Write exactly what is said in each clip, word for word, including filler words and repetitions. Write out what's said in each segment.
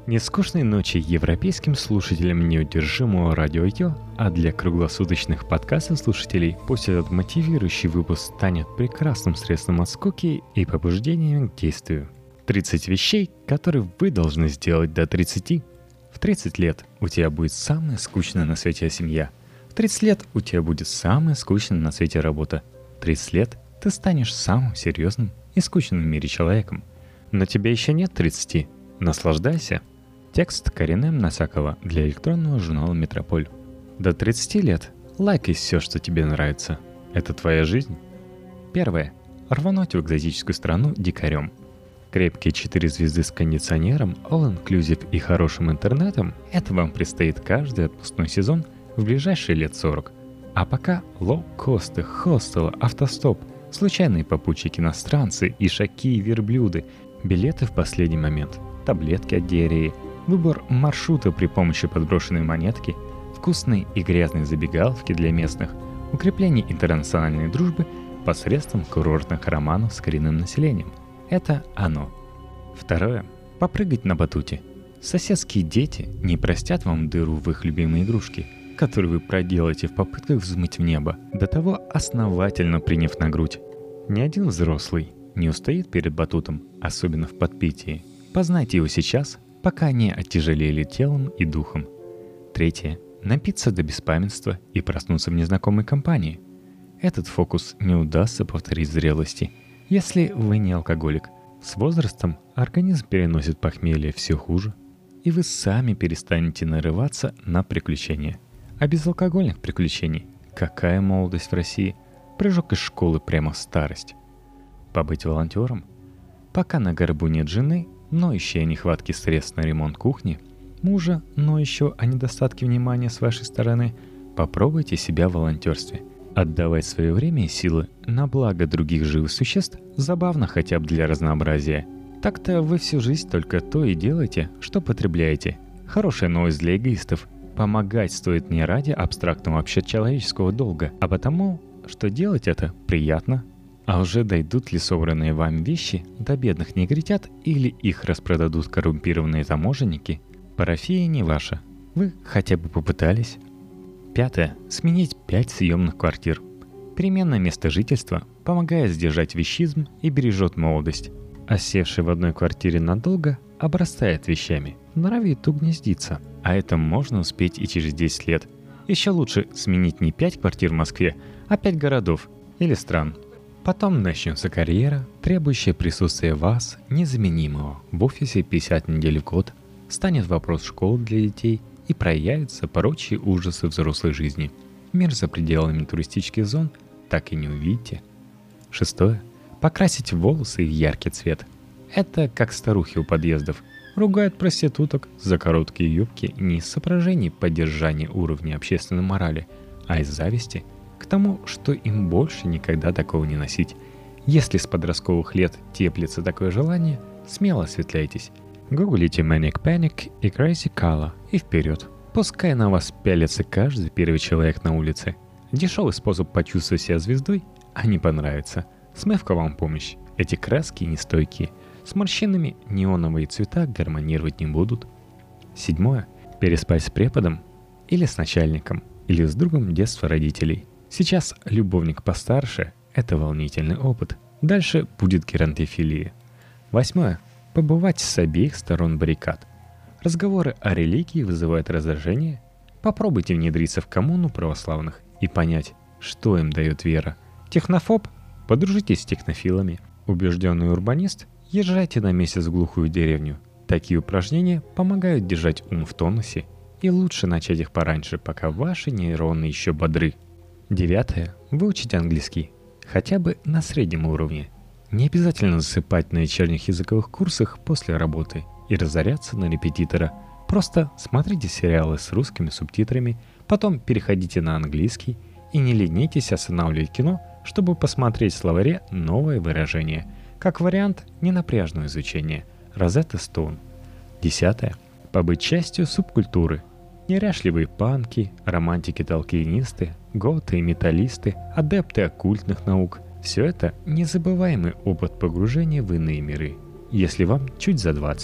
Нескучной ночи европейским слушателям неудержимого радио Йо, а для круглосуточных подкастов слушателей пусть этот мотивирующий выпуск станет прекрасным средством от скуки и побуждением к действию. тридцать вещей, которые вы должны сделать до тридцати. В тридцать лет у тебя будет самая скучная на свете семья. В тридцать лет у тебя будет самая скучная на свете работа. В тридцать лет ты станешь самым серьезным и скучным в мире человеком. Но тебе еще нет тридцати. Наслаждайся. Текст Каринем Насакова для электронного журнала «Метрополь». До тридцати лет лайкай все, что тебе нравится. Это твоя жизнь. Первое. Рвануть в экзотическую страну дикарем. Крепкие четыре звезды с кондиционером, all-inclusive и хорошим интернетом – это вам предстоит каждый отпускной сезон в ближайшие лет сорок. А пока лоу-косты, хостелы, автостоп, случайные попутчики-иностранцы, ишаки и верблюды, билеты в последний момент, таблетки от диареи, выбор маршрута при помощи подброшенной монетки, вкусные и грязные забегаловки для местных, укрепление интернациональной дружбы посредством курортных романов с коренным населением. Это оно. Второе. Попрыгать на батуте. Соседские дети не простят вам дыру в их любимой игрушке, которую вы проделаете в попытках взмыть в небо, до того основательно приняв на грудь. Ни один взрослый не устоит перед батутом, особенно в подпитии. Познайте его сейчас, пока не оттяжелели телом и духом. Третье. Напиться до беспамятства и проснуться в незнакомой компании. Этот фокус не удастся повторить в зрелости, если вы не алкоголик. С возрастом организм переносит похмелье все хуже, и вы сами перестанете нарываться на приключения. А без алкогольных приключений какая молодость в России? Прыжок из школы прямо в старость. Побыть волонтером? Пока на горбу нет жены, ноющие о нехватке средств на ремонт кухни, мужа, но еще о недостатке внимания с вашей стороны, попробуйте себя в волонтерстве. Отдавать свое время и силы на благо других живых существ забавно хотя бы для разнообразия. Так-то вы всю жизнь только то и делаете, что потребляете. Хорошая новость для эгоистов. Помогать стоит не ради абстрактного общечеловеческого долга, а потому, что делать это приятно. А уже дойдут ли собранные вами вещи до бедных негритят или их распродадут коррумпированные таможенники, парафия не ваша. Вы хотя бы попытались. Пятое. Сменить пять съемных квартир. Переменное место жительства помогает сдержать вещизм и бережет молодость. Осевший в одной квартире надолго обрастает вещами, норовит угнездиться. А это можно успеть и через десять лет. Еще лучше сменить не пять квартир в Москве, а пять городов или стран. Потом начнется карьера, требующая присутствия вас, незаменимого, в офисе пятьдесят недель в год, станет вопрос школ для детей и проявятся прочие ужасы взрослой жизни. Мир за пределами туристических зон так и не увидите. Шестое. Покрасить волосы в яркий цвет. Это как старухи у подъездов. Ругают проституток за короткие юбки не из соображений поддержания уровня общественной морали, а из зависти к тому, что им больше никогда такого не носить. Если с подростковых лет теплится такое желание, смело осветляйтесь. Гуглите Manic Panic и Crazy Color и вперед. Пускай на вас пялится каждый первый человек на улице. Дешевый способ почувствовать себя звездой, а не понравится. Смывка вам в помощь. Эти краски нестойкие. С морщинами неоновые цвета гармонировать не будут. Седьмое. Переспать с преподом или с начальником, или с другом детства родителей. Сейчас любовник постарше – это волнительный опыт. Дальше будет геронтофилия. Восьмое. Побывать с обеих сторон баррикад. Разговоры о религии вызывают раздражение. Попробуйте внедриться в коммуну православных и понять, что им дает вера. Технофоб? Подружитесь с технофилами. Убежденный урбанист? Езжайте на месяц в глухую деревню. Такие упражнения помогают держать ум в тонусе. И лучше начать их пораньше, пока ваши нейроны еще бодры. Девятое. Выучить английский. Хотя бы на среднем уровне. Не обязательно засыпать на вечерних языковых курсах после работы и разоряться на репетитора. Просто смотрите сериалы с русскими субтитрами, потом переходите на английский и не ленитесь останавливать кино, чтобы посмотреть в словаре новое выражение. Как вариант ненапряжного изучения. Розетта Стоун. Десятое. Побыть частью субкультуры. Неряшливые панки, романтики-толкинисты, готы и металлисты, адепты оккультных наук – все это незабываемый опыт погружения в иные миры, если вам чуть за двадцать.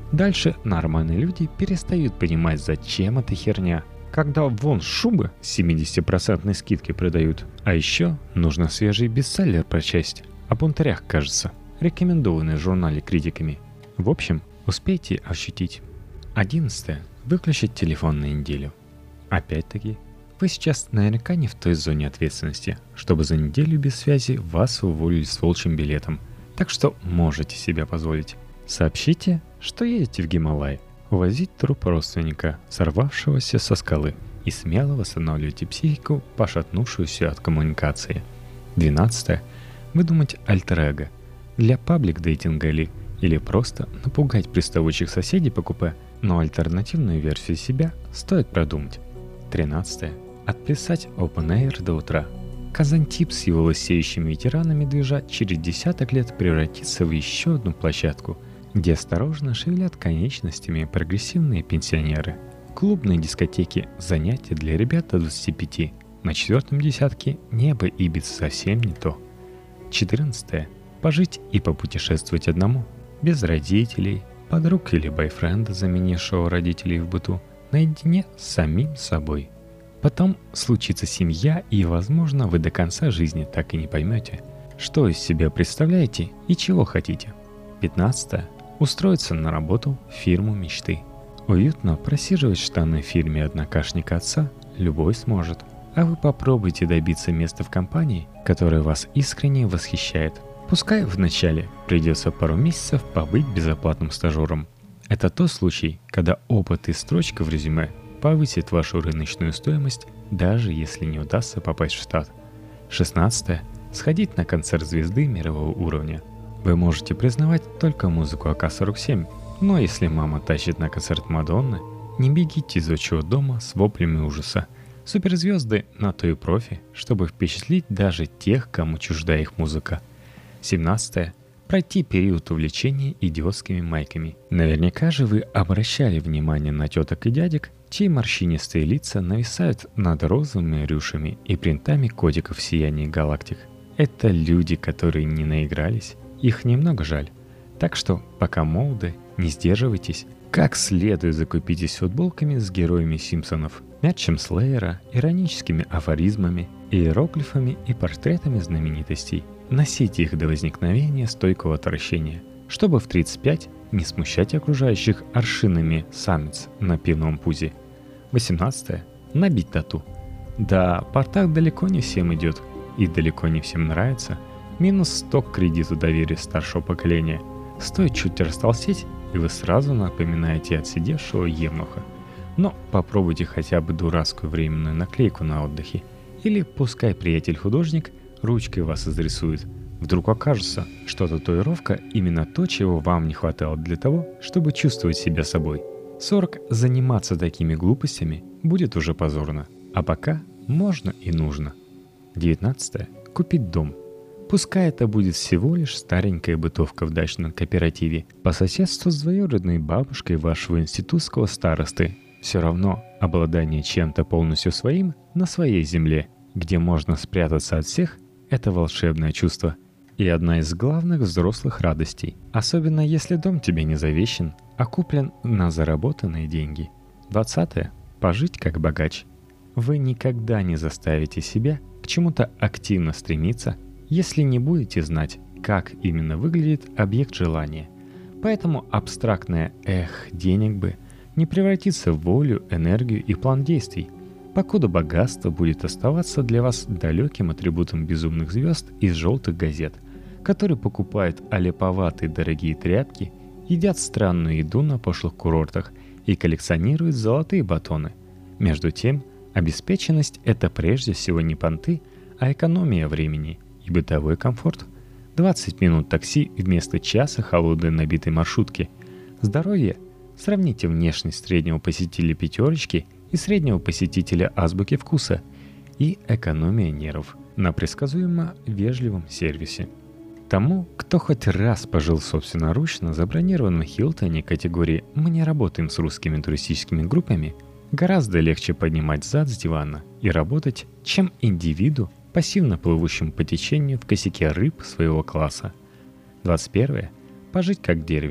Дальше нормальные люди перестают понимать, зачем эта херня, когда вон шубы с семьдесят процентов скидки продают. А еще нужно свежий бестселлер прочесть. О бунтарях, кажется, рекомендованный в журнале критиками. В общем, успейте ощутить. Одиннадцатое. Выключить телефон на неделю. Опять-таки, вы сейчас наверняка не в той зоне ответственности, чтобы за неделю без связи вас уволили с волчьим билетом. Так что можете себе позволить. Сообщите, что едете в Гималай, увозить труп родственника, сорвавшегося со скалы, и смело восстанавливайте психику, пошатнувшуюся от коммуникации. двенадцатое. Выдумать альтер-эго для паблик-дейтинга или, или просто напугать приставучих соседей по купе, но альтернативную версию себя стоит продумать. тринадцатое. Отплясать open air до утра. Казантип с его лысеющими ветеранами движа через десяток лет превратится в еще одну площадку, где осторожно шевелят конечностями прогрессивные пенсионеры. Клубные дискотеки – занятия для ребят до двадцати пяти. На четвертом десятке небо Ибицы совсем не то. четырнадцатое. Пожить и попутешествовать одному. Без родителей, подруг или бойфренда, заменившего родителей в быту. Наедине с самим собой. Потом случится семья, и, возможно, вы до конца жизни так и не поймете, что из себя представляете и чего хотите. пятнадцатое. Устроиться на работу в фирму мечты. Уютно просиживать штаны в фирме однокашника отца любой сможет. А вы попробуйте добиться места в компании, которая вас искренне восхищает. Пускай вначале придется пару месяцев побыть безоплатным стажером. Это тот случай, когда опыт и строчка в резюме повысит вашу рыночную стоимость, даже если не удастся попасть в штат. шестнадцатое. Сходить на концерт звезды мирового уровня. Вы можете признавать только музыку а ка сорок семь, но если мама тащит на концерт Мадонны, не бегите из отчего дома с воплями ужаса. Суперзвезды на то и профи, чтобы впечатлить даже тех, кому чужда их музыка. семнадцатое. Пройти период увлечения идиотскими майками. Наверняка же вы обращали внимание на теток и дядек, чьи морщинистые лица нависают над розовыми рюшами и принтами котиков в сиянии галактик. Это люди, которые не наигрались, их немного жаль. Так что, пока молоды, не сдерживайтесь. Как следует закупитесь футболками с героями Симпсонов, мячем Слеера, ироническими афоризмами, иероглифами и портретами знаменитостей. Носите их до возникновения стойкого отвращения, чтобы в тридцать пять не смущать окружающих аршинами самец на пивном пузе. восемнадцатое. Набить тату. Да, портак далеко не всем идет и далеко не всем нравится. Минус сто к кредиту доверия старшего поколения. Стоит чуть растолстеть, и вы сразу напоминаете отсидевшего евнуха. Но попробуйте хотя бы дурацкую временную наклейку на отдыхе. Или пускай приятель-художник ручкой вас изрисует. Вдруг окажется, что татуировка именно то, чего вам не хватало для того, чтобы чувствовать себя собой. сорок. Заниматься такими глупостями будет уже позорно. А пока можно и нужно. девятнадцатое. Купить дом. Пускай это будет всего лишь старенькая бытовка в дачном кооперативе по соседству с двоюродной бабушкой вашего институтского старосты. Все равно обладание чем-то полностью своим на своей земле, где можно спрятаться от всех, это волшебное чувство. И одна из главных взрослых радостей. Особенно если дом тебе не завещен, а куплен на заработанные деньги. двадцатое. Пожить как богач. Вы никогда не заставите себя к чему-то активно стремиться, если не будете знать, как именно выглядит объект желания. Поэтому абстрактное «эх, денег бы» не превратится в волю, энергию и план действий, покуда богатство будет оставаться для вас далеким атрибутом безумных звезд из желтых газет, которые покупают аляповатые дорогие тряпки, едят странную еду на пошлых курортах и коллекционируют золотые батоны. Между тем, обеспеченность – это прежде всего не понты, а экономия времени и бытовой комфорт. двадцать минут такси вместо часа холодной набитой маршрутки. Здоровье – сравните внешность среднего посетителя пятерочки и среднего посетителя азбуки вкуса. И экономия нервов на предсказуемо вежливом сервисе. Тому, кто хоть раз пожил собственноручно забронированном Хилтоне категории «Мы не работаем с русскими туристическими группами», гораздо легче поднимать зад с дивана и работать, чем индивиду, пассивно плывущим по течению в косяке рыб своего класса. двадцать первое. Пожить как дервиш.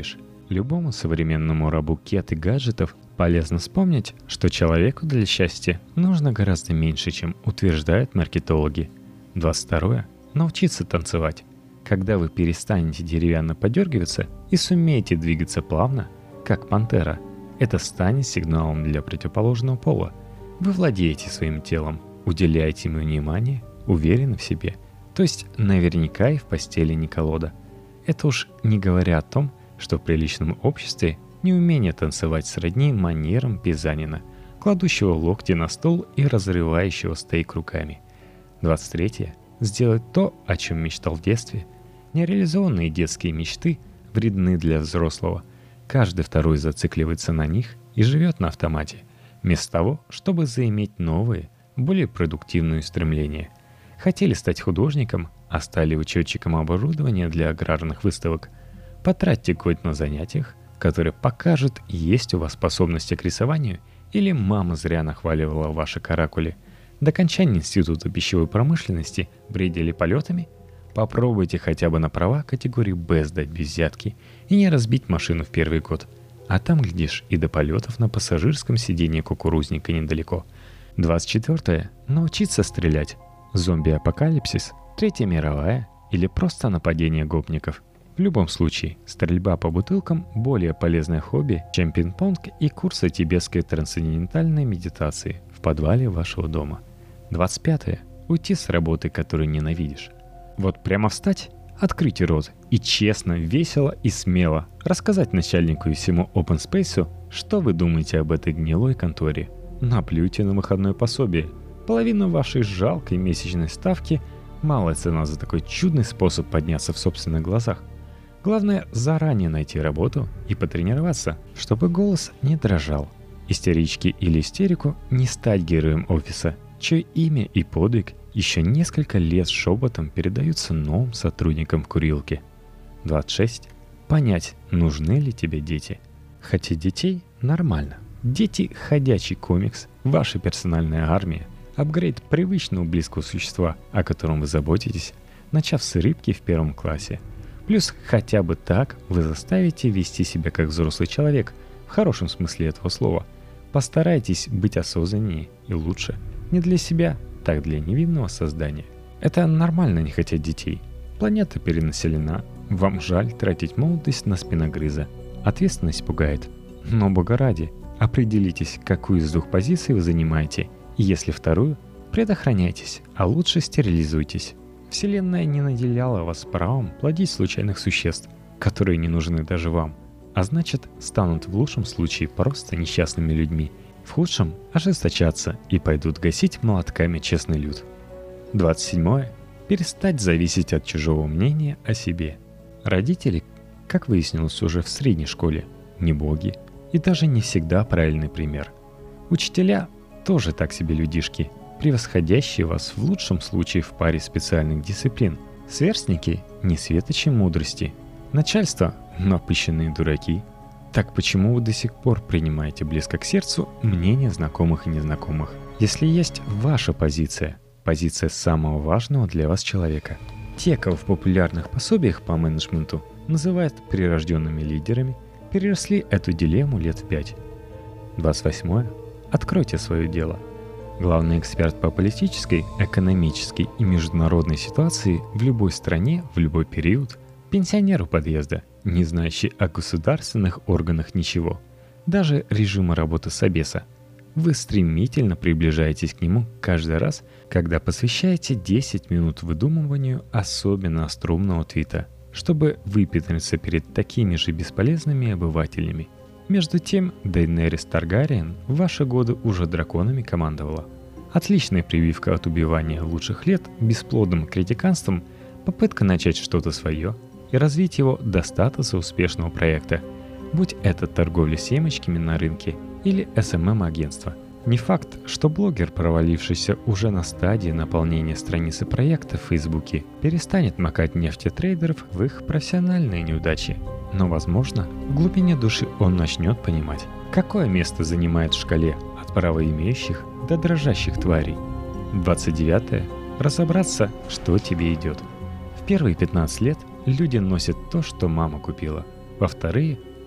Любому современному рабу кет и гаджетов полезно вспомнить, что человеку для счастья нужно гораздо меньше, чем утверждают маркетологи. двадцать второе. Научиться танцевать. Когда вы перестанете деревянно подергиваться и сумеете двигаться плавно, как пантера, это станет сигналом для противоположного пола. Вы владеете своим телом, уделяете ему внимание, уверены в себе. То есть наверняка и в постели не колода. Это уж не говоря о том, что в приличном обществе неумение танцевать сродни манерам пизанина, кладущего локти на стол и разрывающего стейк руками. двадцать третье. Сделать то, о чем мечтал в детстве. Нереализованные детские мечты вредны для взрослого. Каждый второй зацикливается на них и живет на автомате, вместо того, чтобы заиметь новые, более продуктивные стремления. Хотели стать художником, а стали учетчиком оборудования для аграрных выставок. Потратьте год на занятиях, которые покажут, есть у вас способности к рисованию, или мама зря нахваливала ваши каракули. До окончания института пищевой промышленности бредили полетами? Попробуйте хотя бы на права категории Б сдать без взятки и не разбить машину в первый год. А там, глядишь, и до полетов на пассажирском сиденье кукурузника недалеко. двадцать четвертое. Научиться стрелять. Зомби-апокалипсис, Третья мировая или просто нападение гопников. В любом случае, стрельба по бутылкам – более полезное хобби, чем пинг-понг и курсы тибетской трансцендентальной медитации в подвале вашего дома. двадцать пятое. Уйти с работы, которую ненавидишь. Вот прямо встать, открыть рот и честно, весело и смело рассказать начальнику и всему Open Space, что вы думаете об этой гнилой конторе. Наплюйте на выходное пособие. Половина вашей жалкой месячной ставки – малая цена за такой чудный способ подняться в собственных глазах. Главное заранее найти работу и потренироваться, чтобы голос не дрожал. Истерички или истерику не стать героем офиса, чье имя и подвиг еще несколько лет шепотом передаются новым сотрудникам в курилке. двадцать шесть. Понять, нужны ли тебе дети. Хотеть детей – нормально. Дети – ходячий комикс, ваша персональная армия, апгрейд привычного близкого существа, о котором вы заботитесь, начав с рыбки в первом классе. Плюс хотя бы так вы заставите вести себя как взрослый человек, в хорошем смысле этого слова. Постарайтесь быть осознаннее и лучше. Не для себя, так для невинного создания. Это нормально не хотеть детей. Планета перенаселена. Вам жаль тратить молодость на спиногрыза. Ответственность пугает. Но бога ради, определитесь, какую из двух позиций вы занимаете. И если вторую, предохраняйтесь, а лучше стерилизуйтесь. Вселенная не наделяла вас правом плодить случайных существ, которые не нужны даже вам, а значит, станут в лучшем случае просто несчастными людьми, в худшем – ожесточаться и пойдут гасить молотками честный люд. двадцать седьмое. Перестать зависеть от чужого мнения о себе. Родители, как выяснилось уже в средней школе, не боги и даже не всегда правильный пример. Учителя тоже так себе людишки, превосходящие вас в лучшем случае в паре специальных дисциплин. Сверстники – не светочи мудрости. Начальство – напыщенные дураки. Так почему вы до сих пор принимаете близко к сердцу мнения знакомых и незнакомых? Если есть ваша позиция, позиция самого важного для вас человека. Те, кого в популярных пособиях по менеджменту называют прирожденными лидерами, переросли эту дилемму лет в пять. двадцать восьмое. Откройте свое дело. Главный эксперт по политической, экономической и международной ситуации в любой стране в любой период – пенсионер у подъезда, не знающий о государственных органах ничего, даже режима работы собеса. Вы стремительно приближаетесь к нему каждый раз, когда посвящаете десять минут выдумыванию особенно остроумного твита, чтобы выпендриться перед такими же бесполезными обывателями. Между тем, Дейенерис Таргариен в ваши годы уже драконами командовала. Отличная прививка от убивания лучших лет бесплодным критиканством, попытка начать что-то свое и развить его до статуса успешного проекта, будь это торговля семечками на рынке или эс эм эм-агентство. Не факт, что блогер, провалившийся уже на стадии наполнения страницы проекта в Фейсбуке, перестанет макать нефтетрейдеров в их профессиональные неудачи. Но, возможно, в глубине души он начнет понимать, какое место занимает в шкале от правоимеющих до дрожащих тварей. двадцать девятое. Разобраться, что тебе идет. В первые пятнадцать лет люди носят то, что мама купила. Во вторые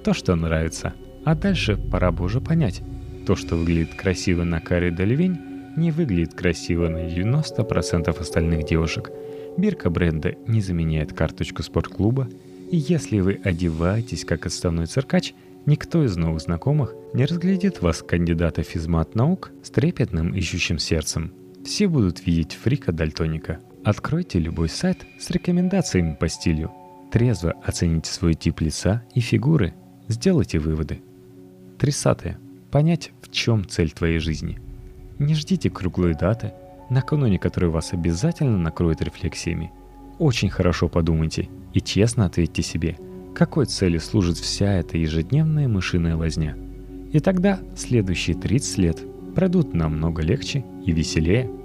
то, что нравится. А дальше пора бы уже понять, то, что выглядит красиво на Кари Делевинь, не выглядит красиво на девяносто процентов остальных девушек. Бирка бренда не заменяет карточку спортклуба, и если вы одеваетесь как отставной циркач, никто из новых знакомых не разглядит вас кандидата физмат-наук с трепетным ищущим сердцем. Все будут видеть фрика-дальтоника. Откройте любой сайт с рекомендациями по стилю. Трезво оцените свой тип лица и фигуры. Сделайте выводы. тридцатое. Понять, в чем цель твоей жизни. Не ждите круглой даты, накануне которой вас обязательно накроет рефлексиями. Очень хорошо подумайте и честно ответьте себе, какой цели служит вся эта ежедневная мышиная возня. И тогда следующие тридцать лет пройдут намного легче и веселее.